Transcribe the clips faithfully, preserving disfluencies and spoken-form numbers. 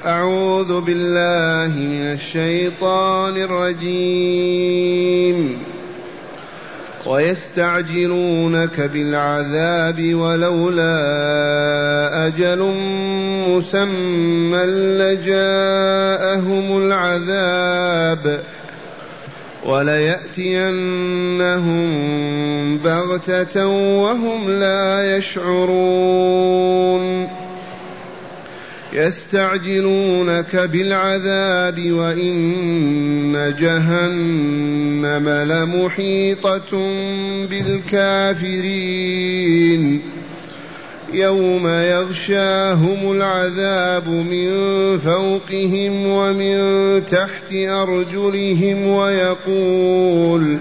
أعوذ بالله من الشيطان الرجيم ويستعجلونك بالعذاب ولولا أجل مسمى لجاءهم العذاب وليأتينهم بغتة وهم لا يشعرون يستعجلونك بالعذاب وإن جهنم لمحيطة بالكافرين يوم يغشاهم العذاب من فوقهم ومن تحت أرجلهم ويقول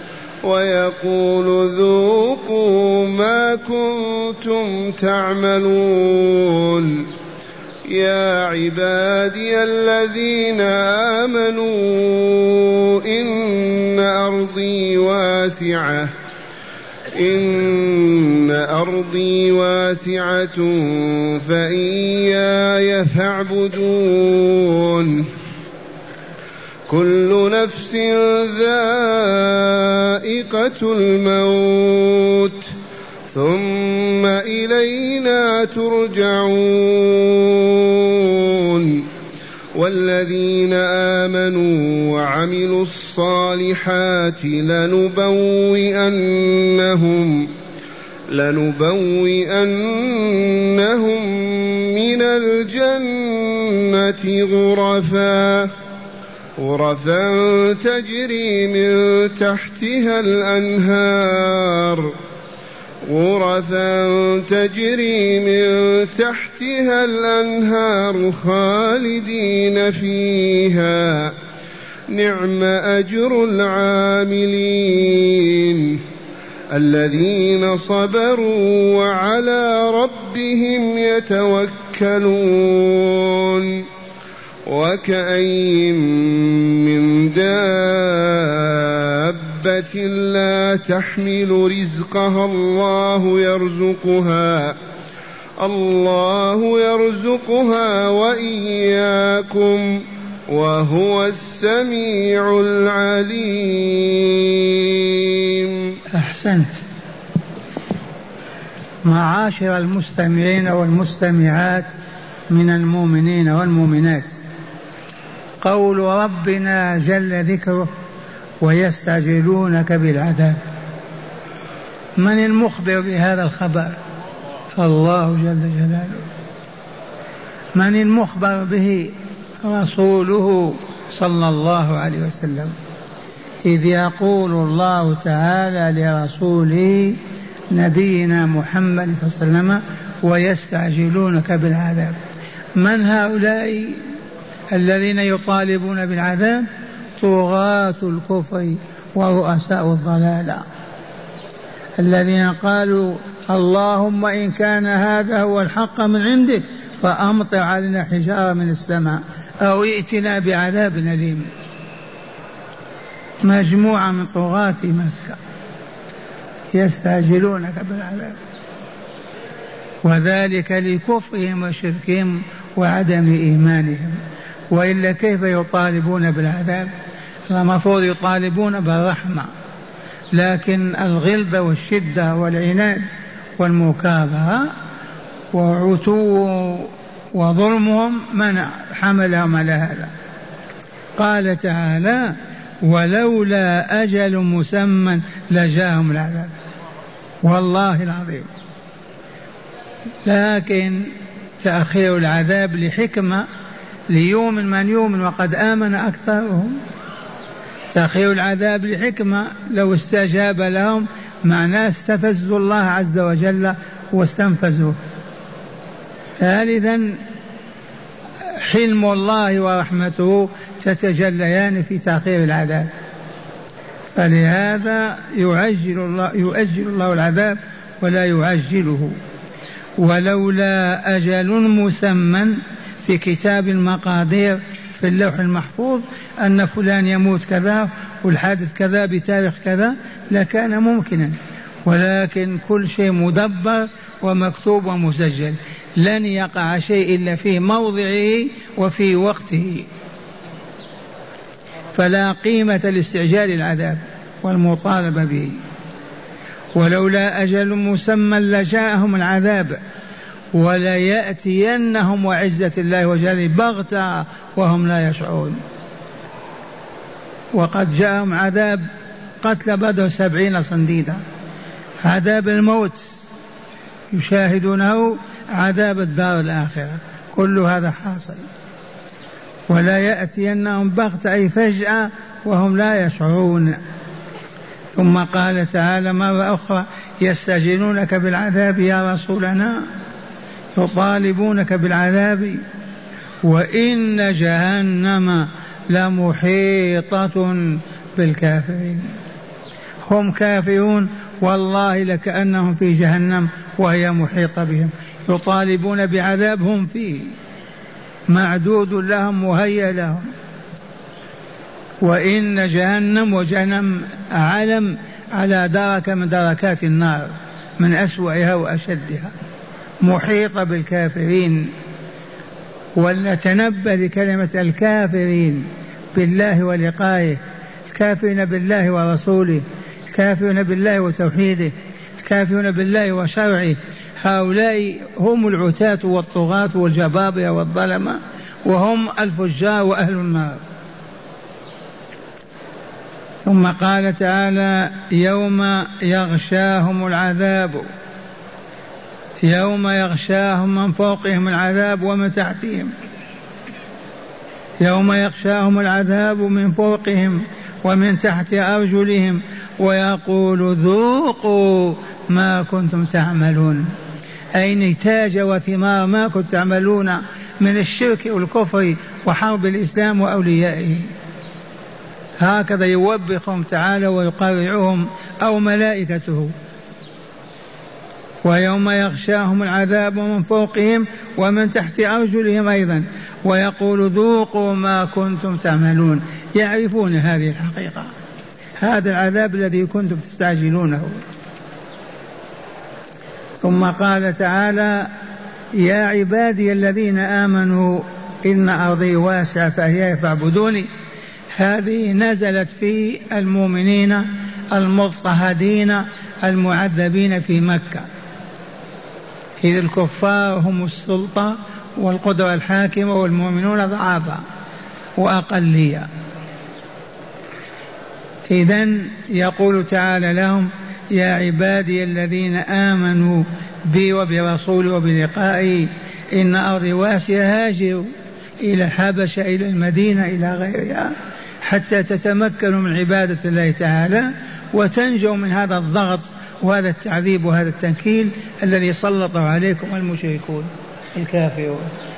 ويقول ذوقوا ما كنتم تعملون يا عبادي الذين آمنوا إن أرضي واسعة إن أرضي واسعة فإياي فاعبدون كل نفس ذائقة الموت ثم إلينا ترجعون والذين آمنوا وعملوا الصالحات لنبوئنهم لنبوئنهم من الجنة غرفا غرفا تجري من تحتها الأنهار غرفا تجري من تحتها الأنهار خالدين فيها نعم أجر العاملين الذين صبروا وعلى ربهم يتوكلون وكأين من دابة لا تحمل رزقها الله يرزقها الله يرزقها وإياكم وهو السميع العليم. أحسنت. معاشر المستمعين والمستمعات من المؤمنين والمؤمنات، قول ربنا جل ذكره ويستعجلونك بالعذاب، من المخبر بهذا الخبر؟ الله جل جلاله. من المخبر به؟ رسوله صلى الله عليه وسلم، إذ يقول الله تعالى لرسوله نبينا محمد صلى الله عليه وسلم ويستعجلونك بالعذاب. من هؤلاء الذين يطالبون بالعذاب؟ طغاة الكفر ورؤساء الضلالة، الذين قالوا اللهم إن كان هذا هو الحق من عندك فأمطر علينا حجارة من السماء أو ائتنا بعذاب أليم. مجموعة من طغاة مكة يستعجلونك بالعذاب، وذلك لكفرهم وشركهم وعدم إيمانهم. وإلا كيف يطالبون بالعذاب؟ المفروض يطالبون بالرحمة، لكن الغلظة والشدة والعناد والمكابرة وعتو وظلمهم من حملهم على هذا. قال تعالى ولولا أجل مسمى لجاءهم العذاب، والله العظيم. لكن تأخير العذاب لحكمة، ليؤمن من يؤمن وقد آمن أكثرهم. تأخير العذاب لحكمة، لو استجاب لهم معناه استفزوا الله عز وجل واستنفذوه. ثالثا حلم الله ورحمته تتجليان في تأخير العذاب، فلهذا يعجل الله يؤجل الله العذاب ولا يعجله. ولولا أجل مسمى في كتاب المقادير في اللوح المحفوظ أن فلان يموت كذا والحادث كذا بتاريخ كذا لكان ممكنا، ولكن كل شيء مدبر ومكتوب ومسجل. لن يقع شيء إلا في موضعه وفي وقته، فلا قيمة لاستعجال العذاب والمطالبة به. ولولا أجل مسمى لجاءهم العذاب وليأتينهم وعزة الله وجلاله بغتة وهم لا يشعرون. وقد جاءهم عذاب قتل بدر سبعين صنديدا، عذاب الموت يشاهدونه، عذاب الدار الآخرة، كل هذا حاصل. ولا يأتينهم بغتة أي فجأة وهم لا يشعرون. ثم قال تعالى مرة أخرى يستعجلونك بالعذاب يا رسولنا، يطالبونك بالعذاب وإن جهنم لمحيطة بالكافرين. هم كافرون والله لكأنهم في جهنم وهي محيطة بهم، يطالبون بعذاب هم فيه، معدود لهم مهيأ لهم. وإن جهنم، وجهنم علم على دركة من دركات النار من أسوأها وأشدها، محيطة بالكافرين. ولنتنبه لكلمة الكافرين بالله ولقائه، الكافرين بالله ورسوله، الكافرين بالله وتوحيده، الكافرين بالله وشرعه. هؤلاء هم العتاة والطغاة والجبابرة والظلمة، وهم الفجار وأهل النار. ثم قال تعالى يوم يغشاهم العذاب، يوم يغشاهم من فوقهم العذاب ومن تحتهم، يوم يغشاهم العذاب من فوقهم ومن تحت أرجلهم ويقول ذوقوا ما كنتم تعملون، أي نتاج وثمار ما كنتم تعملون من الشرك والكفر وحرب الإسلام وأوليائه. هكذا يوبخهم تعالى ويقرعهم أو ملائكته. ويوم يغشاهم العذاب من فوقهم ومن تحت أرجلهم أيضا ويقول ذوقوا ما كنتم تعملون. يعرفون هذه الحقيقة، هذا العذاب الذي كنتم تستعجلونه. ثم قال تعالى يا عبادي الذين آمنوا إن أرضي واسعة فإياي فاعبدوني. هذه نزلت في المؤمنين المضطهدين المعذبين في مكة، إذ الكفار هم السلطة والقدرة الحاكمة والمؤمنون ضعافا وأقلية. إذن يقول تعالى لهم يا عبادي الذين آمنوا بي وبرسولي وبلقائي إن أرضي واسعة، هاجروا إلى الحبشة إلى المدينة إلى غيرها حتى تتمكنوا من عبادة الله تعالى وتنجوا من هذا الضغط وهذا التعذيب وهذا التنكيل الذي سلطوا عليكم المشركون الكافرون.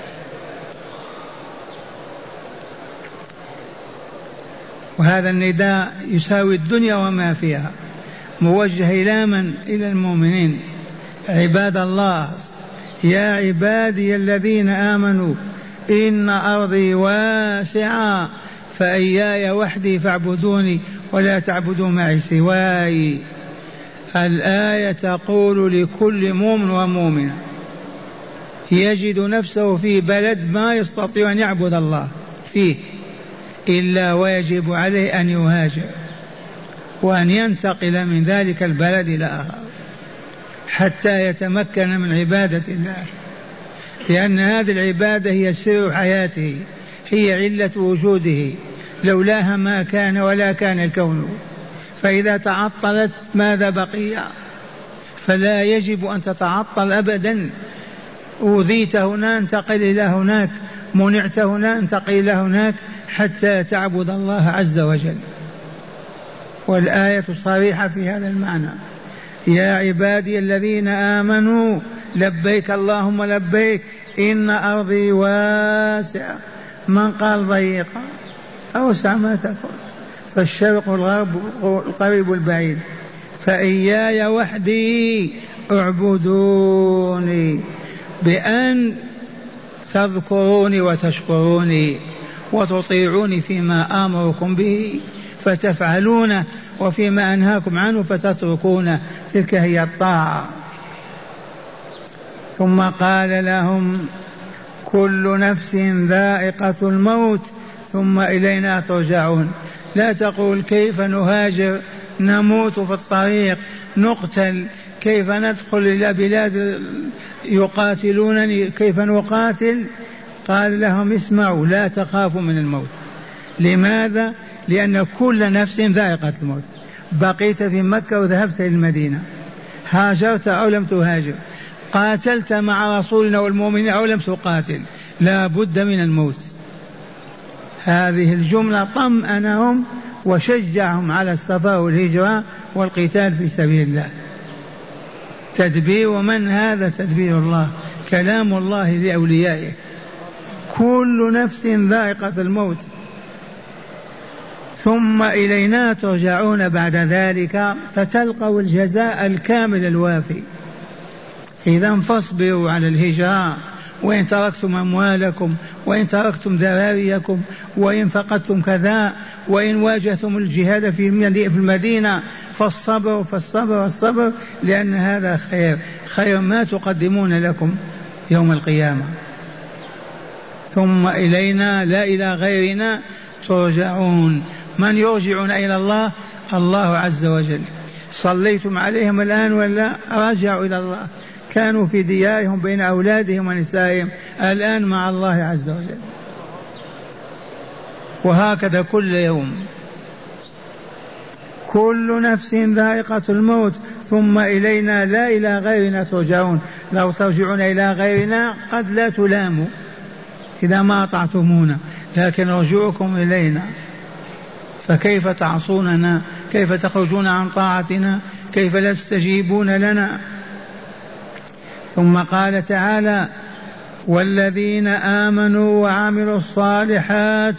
وهذا النداء يساوي الدنيا وما فيها، موجه إلى من؟ إلى المؤمنين عباد الله. يا عبادي الذين آمنوا إن أرضي واسعة فإياي وحدي فاعبدوني ولا تعبدوا معي سواي. الآية تقول لكل مؤمن ومؤمنة يجد نفسه في بلد ما يستطيع أن يعبد الله فيه إلا ويجب عليه أن يهاجر وأن ينتقل من ذلك البلد إلى آخر حتى يتمكن من عبادة الله، لأن هذه العبادة هي سر حياته، هي علة وجوده، لولاها ما كان ولا كان الكون. فإذا تعطلت ماذا بقي؟ فلا يجب أن تتعطل أبدا. أوذيت هنا انتقل إلى هناك، منعت هنا انتقل إلى هناك حتى تعبد الله عز وجل. والآية صريحة في هذا المعنى. يا عبادي الذين آمنوا لبيك اللهم لبيك إن أرضي واسعة. من قال ضيقة؟ أوسع ما تكون، فالشرق الغرب القريب البعيد. فإياي وحدي اعبدوني، بأن تذكروني وتشكروني وتطيعوني فيما آمركم به فتفعلونه وفيما أنهاكم عنه فتتركونه، تلك هي الطاعة. ثم قال لهم كل نفس ذائقة الموت ثم إلينا ترجعون. لا تقول كيف نهاجر نموت في الطريق نقتل، كيف ندخل إلى بلاد يقاتلونني كيف نقاتل. قال لهم اسمعوا لا تخافوا من الموت. لماذا؟ لأن كل نفس ذائقة الموت. بقيت في مكة وذهبت للمدينة، هاجرت أو لم تهاجر، قاتلت مع رسولنا والمؤمنين أو لم تقاتل، لا بد من الموت. هذه الجملة طمأنهم وشجعهم على السفر والهجرة والقتال في سبيل الله. تدبير من هذا؟ تدبير الله، كلام الله لأوليائه. كل نفس ذائقة الموت ثم إلينا ترجعون بعد ذلك فتلقوا الجزاء الكامل الوافي. إذا فاصبروا على الهجرة، وإن تركتم أموالكم وإن تركتم ذراريكم وإن فقدتم كذا وإن واجهتم الجهاد في المدينة فالصبر فالصبر والصبر، لأن هذا خير خير ما تقدمون لكم يوم القيامة. ثم إلينا لا إلى غيرنا ترجعون. من يرجعون إلى الله؟ الله عز وجل. صليتم عليهم الآن ولا؟ رجعوا إلى الله، كانوا في ديارهم بين أولادهم ونسائهم، الآن مع الله عز وجل. وهكذا كل يوم. كل نفس ذائقة الموت ثم إلينا لا إلى غيرنا ترجعون. لو ترجعون إلى غيرنا قد لا تلاموا إذا ما أطعتمونا، لكن رجوعكم إلينا، فكيف تعصوننا؟ كيف تخرجون عن طاعتنا؟ كيف لا تستجيبون لنا؟ ثم قال تعالى والذين آمنوا وعملوا الصالحات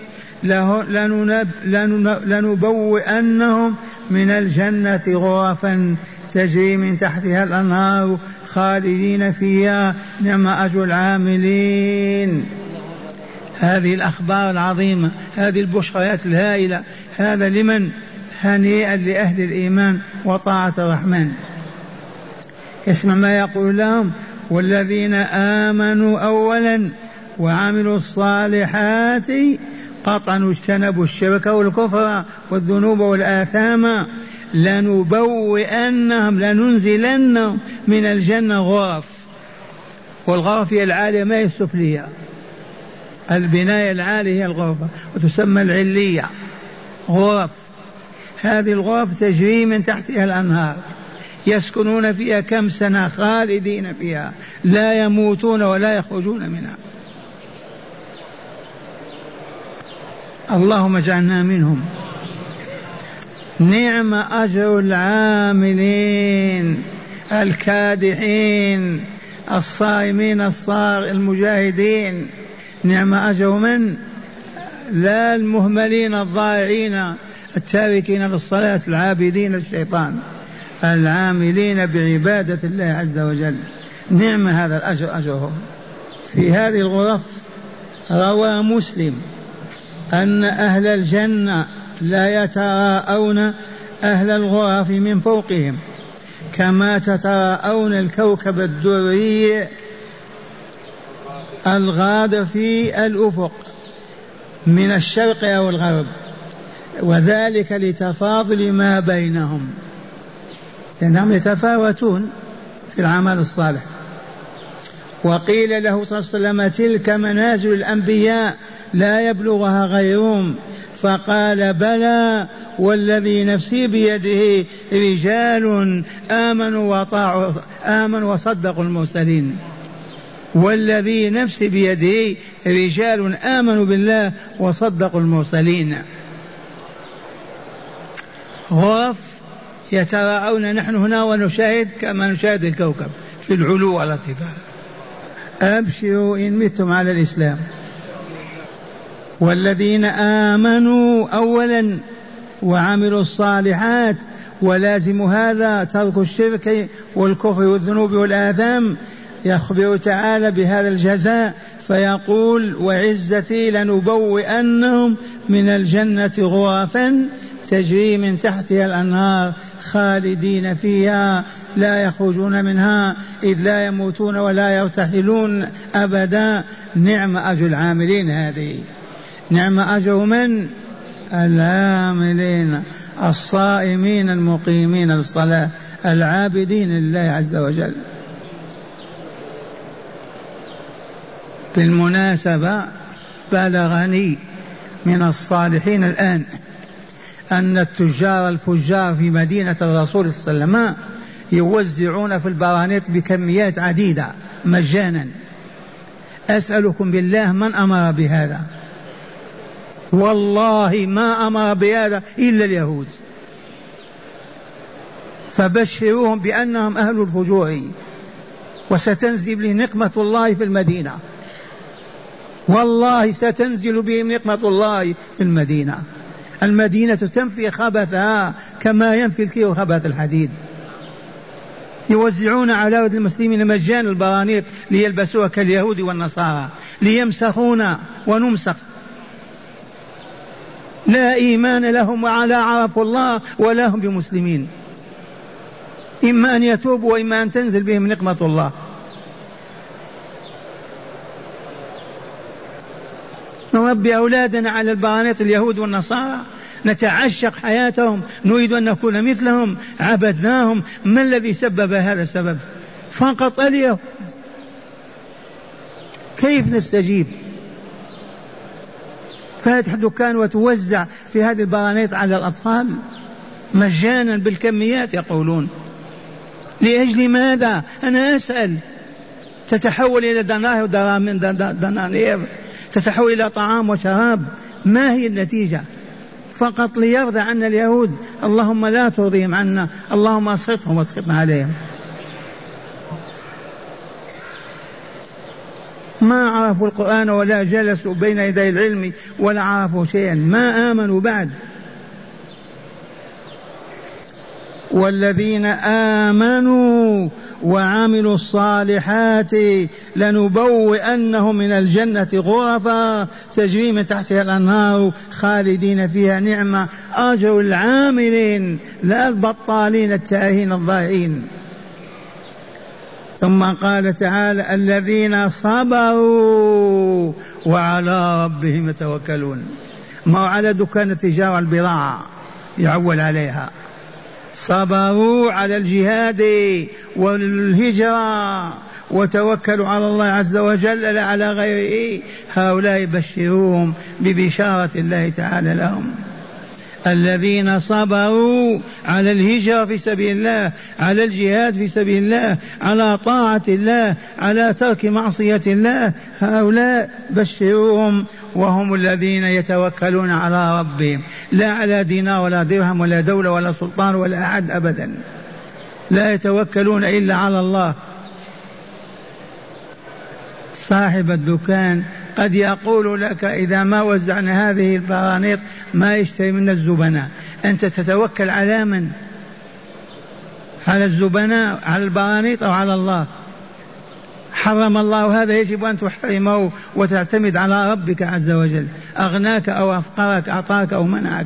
لنبوئنهم من الجنة غرفا تجري من تحتها الأنهار خالدين فيها نعم أجر العاملين. هذه الأخبار العظيمة، هذه البشريات الهائلة، هذا لمن؟ هنيئا لأهل الإيمان وطاعة الرحمن. اسمع ما يقول لهم والذين آمنوا أولا وعملوا الصالحات قطعا اجتنبوا الشرك والكفر والذنوب والآثام لنبوئنهم لننزلنهم من الجنة غرف. والغرف هي العالية ما هي السفلية، البناية العالية هي الغرفة وتسمى العلية غرف. هذه الغرف تجري من تحتها الأنهار، يسكنون فيها كم سنة خالدين فيها لا يموتون ولا يخرجون منها. اللهم اجعلنا منهم. نعم أجر العاملين الكادحين الصائمين الصار المجاهدين. نعم أجر من؟ لا المهملين الضائعين التاركين للصلاة العابدين للشيطان، العاملين بعبادة الله عز وجل. نعم هذا الأجر أجرهم. في هذه الغرف روى مسلم أن أهل الجنة لا يتراءون أهل الغرف من فوقهم كما تتراءون الكوكب الدري الغادر في الأفق من الشرق أو الغرب، وذلك لتفاضل ما بينهم، لأنهم يتفاوتون في العمل الصالح. وقيل له صلى الله عليه وسلم تلك منازل الأنبياء لا يبلغها غيرهم، فقال بلى والذي نفسي بيده رجال آمنوا وطاعوا آمنوا وصدقوا المرسلين. والذي نفسي بيده رجال آمنوا بالله وصدقوا المرسلين. غرف يتراءون نحن هنا ونشاهد كما نشاهد الكوكب في العلو والارتفاع. أبشروا إن متم على الإسلام. والذين آمنوا أولا وعملوا الصالحات، ولازم هذا ترك الشرك والكفر والذنوب والآثام. يخبر تعالى بهذا الجزاء فيقول وعزتي لنبوئنهم من الجنة غرفا تجري من تحتها الأنهار خالدين فيها لا يخرجون منها إذ لا يموتون ولا يرتحلون أبدا. نعم أجر العاملين هذه، نعم أجر من؟ العاملين الصائمين المقيمين للصلاة العابدين لله عز وجل. بالمناسبة بلغني من الصالحين الآن أن التجار الفجار في مدينة الرسول صلى الله عليه وسلم يوزعون في البرانيط بكميات عديدة مجانا. أسألكم بالله من أمر بهذا؟ والله ما أمر بهذا إلا اليهود، فبشروهم بأنهم أهل الفجور وستنزل بهم نقمة الله في المدينة، والله ستنزل بهم نقمة الله في المدينة. المدينة تنفي خبثها كما ينفي الكير خبث الحديد. يوزعون على المسلمين مجانا البرانيط ليلبسوها كاليهود والنصارى ليمسخونا ونمسخ. لا إيمان لهم ولا عرفوا الله ولا هم بمسلمين، إما أن يتوبوا وإما أن تنزل بهم نقمة الله. نربي أولادنا على البرانيط اليهود والنصارى، نتعشق حياتهم، نريد أن نكون مثلهم، عبدناهم. ما الذي سبب هذا السبب؟ فقط اليهود. كيف نستجيب؟ فاتح دكان وتوزع في هذه البرانيط على الأطفال مجانا بالكميات يقولون. لأجل ماذا؟ أنا أسأل. تتحول إلى دنانير ودنانير، تتحول إلى طعام وشراب. ما هي النتيجة؟ فقط ليرضى عنا اليهود. اللهم لا ترضيهم عنا، اللهم اسخطهم واسخطنا عليهم. ما عرفوا القرآن ولا جلسوا بين يدي العلم ولا عرفوا شيئا، ما آمنوا بعد. والذين آمنوا وعملوا الصالحات لنبوئنهم من الجنة غرفا تجري من تحتها الأنهار خالدين فيها. نعم أجر العاملين لا البطالين التائهين الضائعين. ثم قال تعالى الذين صبروا وعلى ربهم يتوكلون. ما على دكان التجارة البضاعة يعول عليها. صبروا على الجهاد والهجرة وتوكلوا على الله عز وجل لا على غيره. هؤلاء بشروهم ببشارة الله تعالى لهم. الذين صبروا على الهجرة في سبيل الله، على الجهاد في سبيل الله، على طاعة الله، على ترك معصية الله، هؤلاء بشروهم. وهم الذين يتوكلون على ربهم لا على دينار ولا درهم ولا دولة ولا سلطان ولا أحد أبدا، لا يتوكلون إلا على الله. صاحب الدكان قد يقول لك إذا ما وزعنا هذه البرانيط ما يشتري منا الزبناء. أنت تتوكل على من؟ على الزبناء، على البرانيط أو على الله؟ حرم الله هذا، يجب أن تحرمه وتعتمد على ربك عز وجل. أغناك أو أفقرك، أعطاك أو منعك.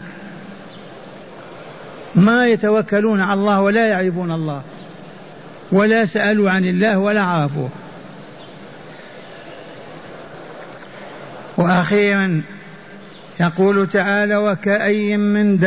ما يتوكلون على الله ولا يعرفون الله ولا سألوا عن الله ولا عرفوه. وأخيرا يقول تعالى وكأي من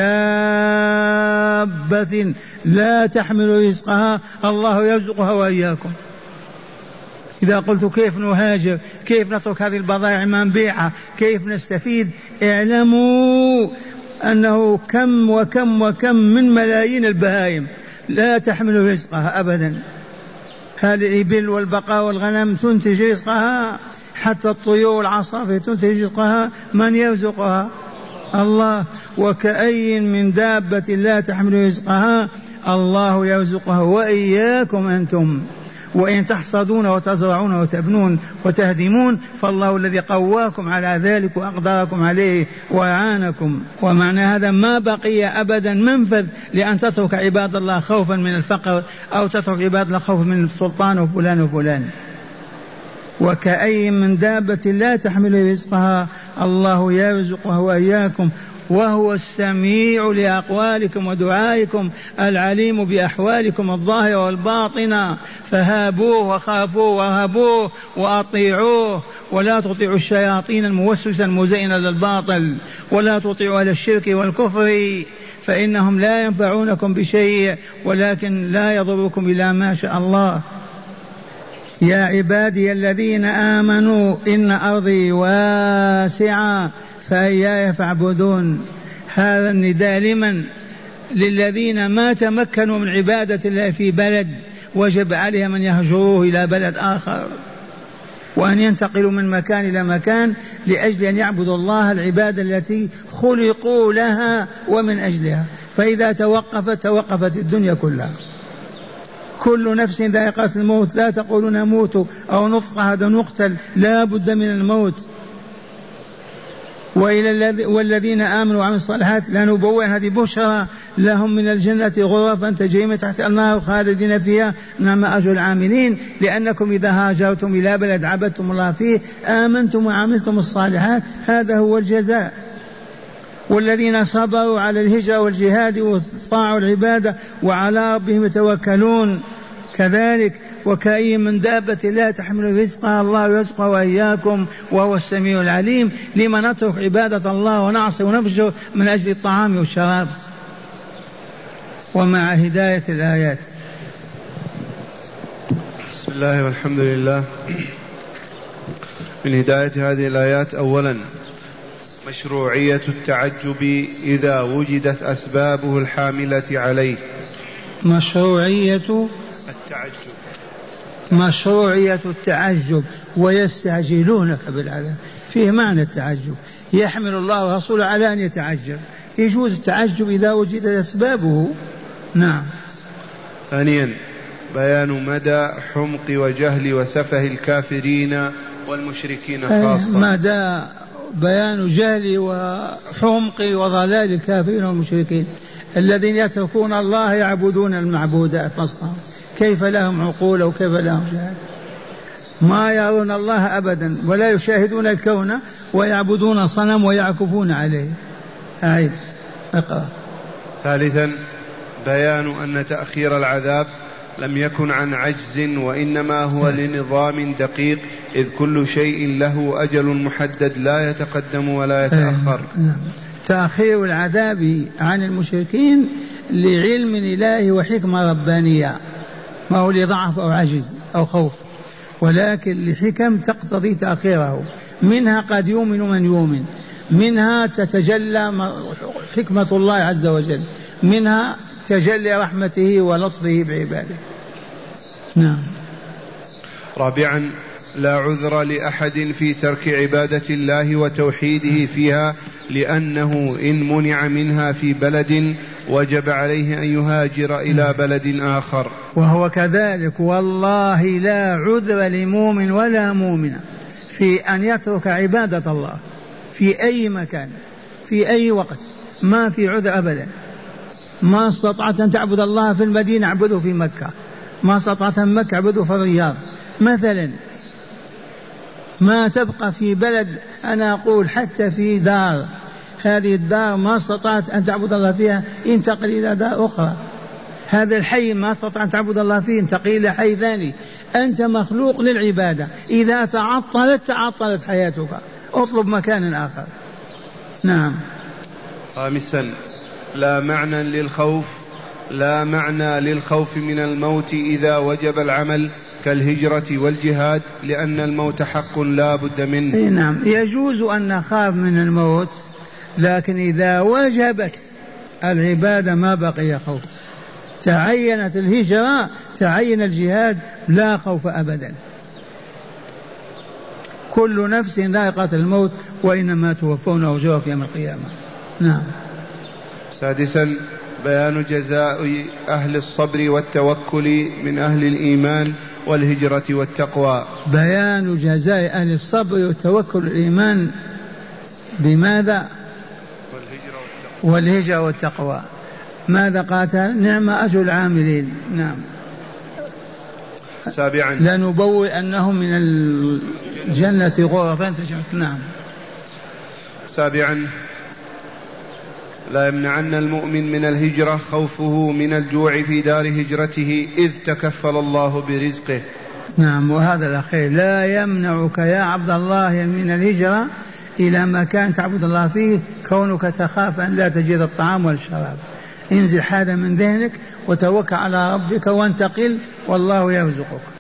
دابة لا تحمل رزقها الله يرزقها وإياكم. إذا قلت كيف نهاجر، كيف نترك هذه البضائع ما نبيعها، كيف نستفيد، اعلموا أنه كم وكم وكم من ملايين البهائم لا تحمل رزقها أبدا. هذه الإبل والبقر والغنم تنتج رزقها، حتى الطيور والعصافير تنتج رزقها. من يرزقها؟ الله. وكأي من دابة لا تحمل رزقها الله يرزقها وإياكم أنتم. وإن تحصدون وتزرعون وتبنون وتهدمون فالله الذي قواكم على ذلك وأقدركم عليه وأعانكم. ومعنى هذا ما بقي أبدا منفذ لأن تترك عباد الله خوفا من الفقر أو تترك عباد الله خوفا من السلطان وفلان وفلان. وكأي من دابة لا تحمل رزقها الله يرزقها وإياكم وهو السميع لأقوالكم ودعائكم العليم بأحوالكم الظاهرة والباطنة، فهابوه وخافوه وهبوه وأطيعوه، ولا تطيعوا الشياطين الموسوسة المزينة للباطل، ولا تطيعوا أهل الشرك والكفر فإنهم لا ينفعونكم بشيء ولكن لا يضركم إلا ما شاء الله. يا عبادي الذين آمنوا إن أرضي واسعة فإياي فاعبدون. هذا النداء لمن؟ للذين ما تمكنوا من عبادة الله في بلد، وجب عليهم أن يهجروه إلى بلد آخر، وأن ينتقلوا من مكان إلى مكان لأجل أن يعبدوا الله العبادة التي خلقوا لها ومن أجلها. فإذا توقفت توقفت الدنيا كلها. كل نفس ذائقة الموت، لا تقولوا نموت أو نصعد نقتل، لا بد من الموت. وإلى والذين آمنوا وعملوا الصالحات لنبوئ، هذه بشرى لهم من الجنة غرفا تجري من تحت النار خالدين فيها نعم أجر العاملين، لأنكم إذا هاجرتم إلى بلد عبدتم الله فيه آمنتم وعملتم الصالحات هذا هو الجزاء. والذين صبروا على الهجرة والجهاد وطاعوا العبادة وعلى ربهم يتوكلون كذلك. وكأي من دابة لا تحمل رزقها الله يرزقها وإياكم وهو السميع العليم. لما نترك عبادة الله ونعصي ونفجر من أجل الطعام والشراب؟ ومع هداية الآيات. بسم الله والحمد لله. من هداية هذه الآيات أولا مشروعية التعجب إذا وجدت أسبابه الحاملة عليه. مشروعية التعجب مشروعية التعجب ويستعجلونك بالعذاب، فيه معنى التعجب، يحمل الله ورسوله على أن يتعجب، يجوز التعجب إذا وجدت أسبابه. نعم. ثانيا بيان مدى حمق وجهل وسفه الكافرين والمشركين خاصة. مدى بيان جهل وحمق وضلال الكافرين والمشركين الذين يتركون الله يعبدون المعبودات مصنع. كيف لهم عقول وكيف لهم جهل؟ ما يرون الله أبدا ولا يشاهدون الكون ويعبدون صنم ويعكفون عليه. أعيد اقرأ. ثالثا بيان أن تأخير العذاب لم يكن عن عجز وإنما هو لنظام دقيق، إذ كل شيء له أجل محدد لا يتقدم ولا يتأخر. تأخير العذاب عن المشركين لعلم إلهي وحكمة ربانية، ما هو لضعف أو عجز أو خوف، ولكن لحكم تقتضي تأخيره. منها قد يؤمن من يؤمن، منها تتجلى حكمة الله عز وجل، منها تجلي رحمته ولطفه بعباده. نعم. رابعا لا عذر لأحد في ترك عبادة الله وتوحيده فيها، لأنه إن منع منها في بلد وجب عليه أن يهاجر إلى بلد آخر. وهو كذلك، والله لا عذر لمؤمن ولا مؤمنة في أن يترك عبادة الله في أي مكان في أي وقت، ما في عذر أبدا. ما استطعت أن تعبد الله في المدينة اعبده في مكة، ما استطعت من مكة اعبده في الرياض مثلا. ما تبقى في بلد، أنا أقول حتى في دار، هذه الدار ما استطعت أن تعبد الله فيها انتقل إلى دار أخرى. هذا الحي ما استطعت أن تعبد الله فيه انتقل إلى حي ثاني. أنت مخلوق للعبادة، إذا تعطلت تعطلت حياتك، اطلب مكان آخر. نعم. خامسا لا معنى للخوف لا معنى للخوف من الموت إذا وجب العمل كالهجرة والجهاد، لأن الموت حق لا بد منه. نعم، يجوز أن نخاف من الموت، لكن إذا وجبت العبادة ما بقي خوف. تعينت الهجرة تعين الجهاد لا خوف أبدا. كل نفس ذائقة الموت وإنما توفون أجوركم يوم القيامة. نعم. سادسا بيان جزاء أهل الصبر والتوكل من أهل الإيمان والهجرة والتقوى. بيان جزاء أهل الصبر والتوكل والإيمان بماذا؟ والهجرة والتقوى. والهجرة والتقوى. ماذا قال؟ نعم أجر العاملين. نعم. سابعا لنبوئ أنهم من الجنة غرفا. نعم. سابعا لا يمنعن المؤمن من الهجرة خوفه من الجوع في دار هجرته إذ تكفل الله برزقه. نعم، وهذا الأخير لا يمنعك يا عبد الله من الهجرة إلى مكان تعبد الله فيه كونك تخاف أن لا تجد الطعام والشراب. انزل هذا من ذهنك وتوكل على ربك وانتقل والله يرزقك.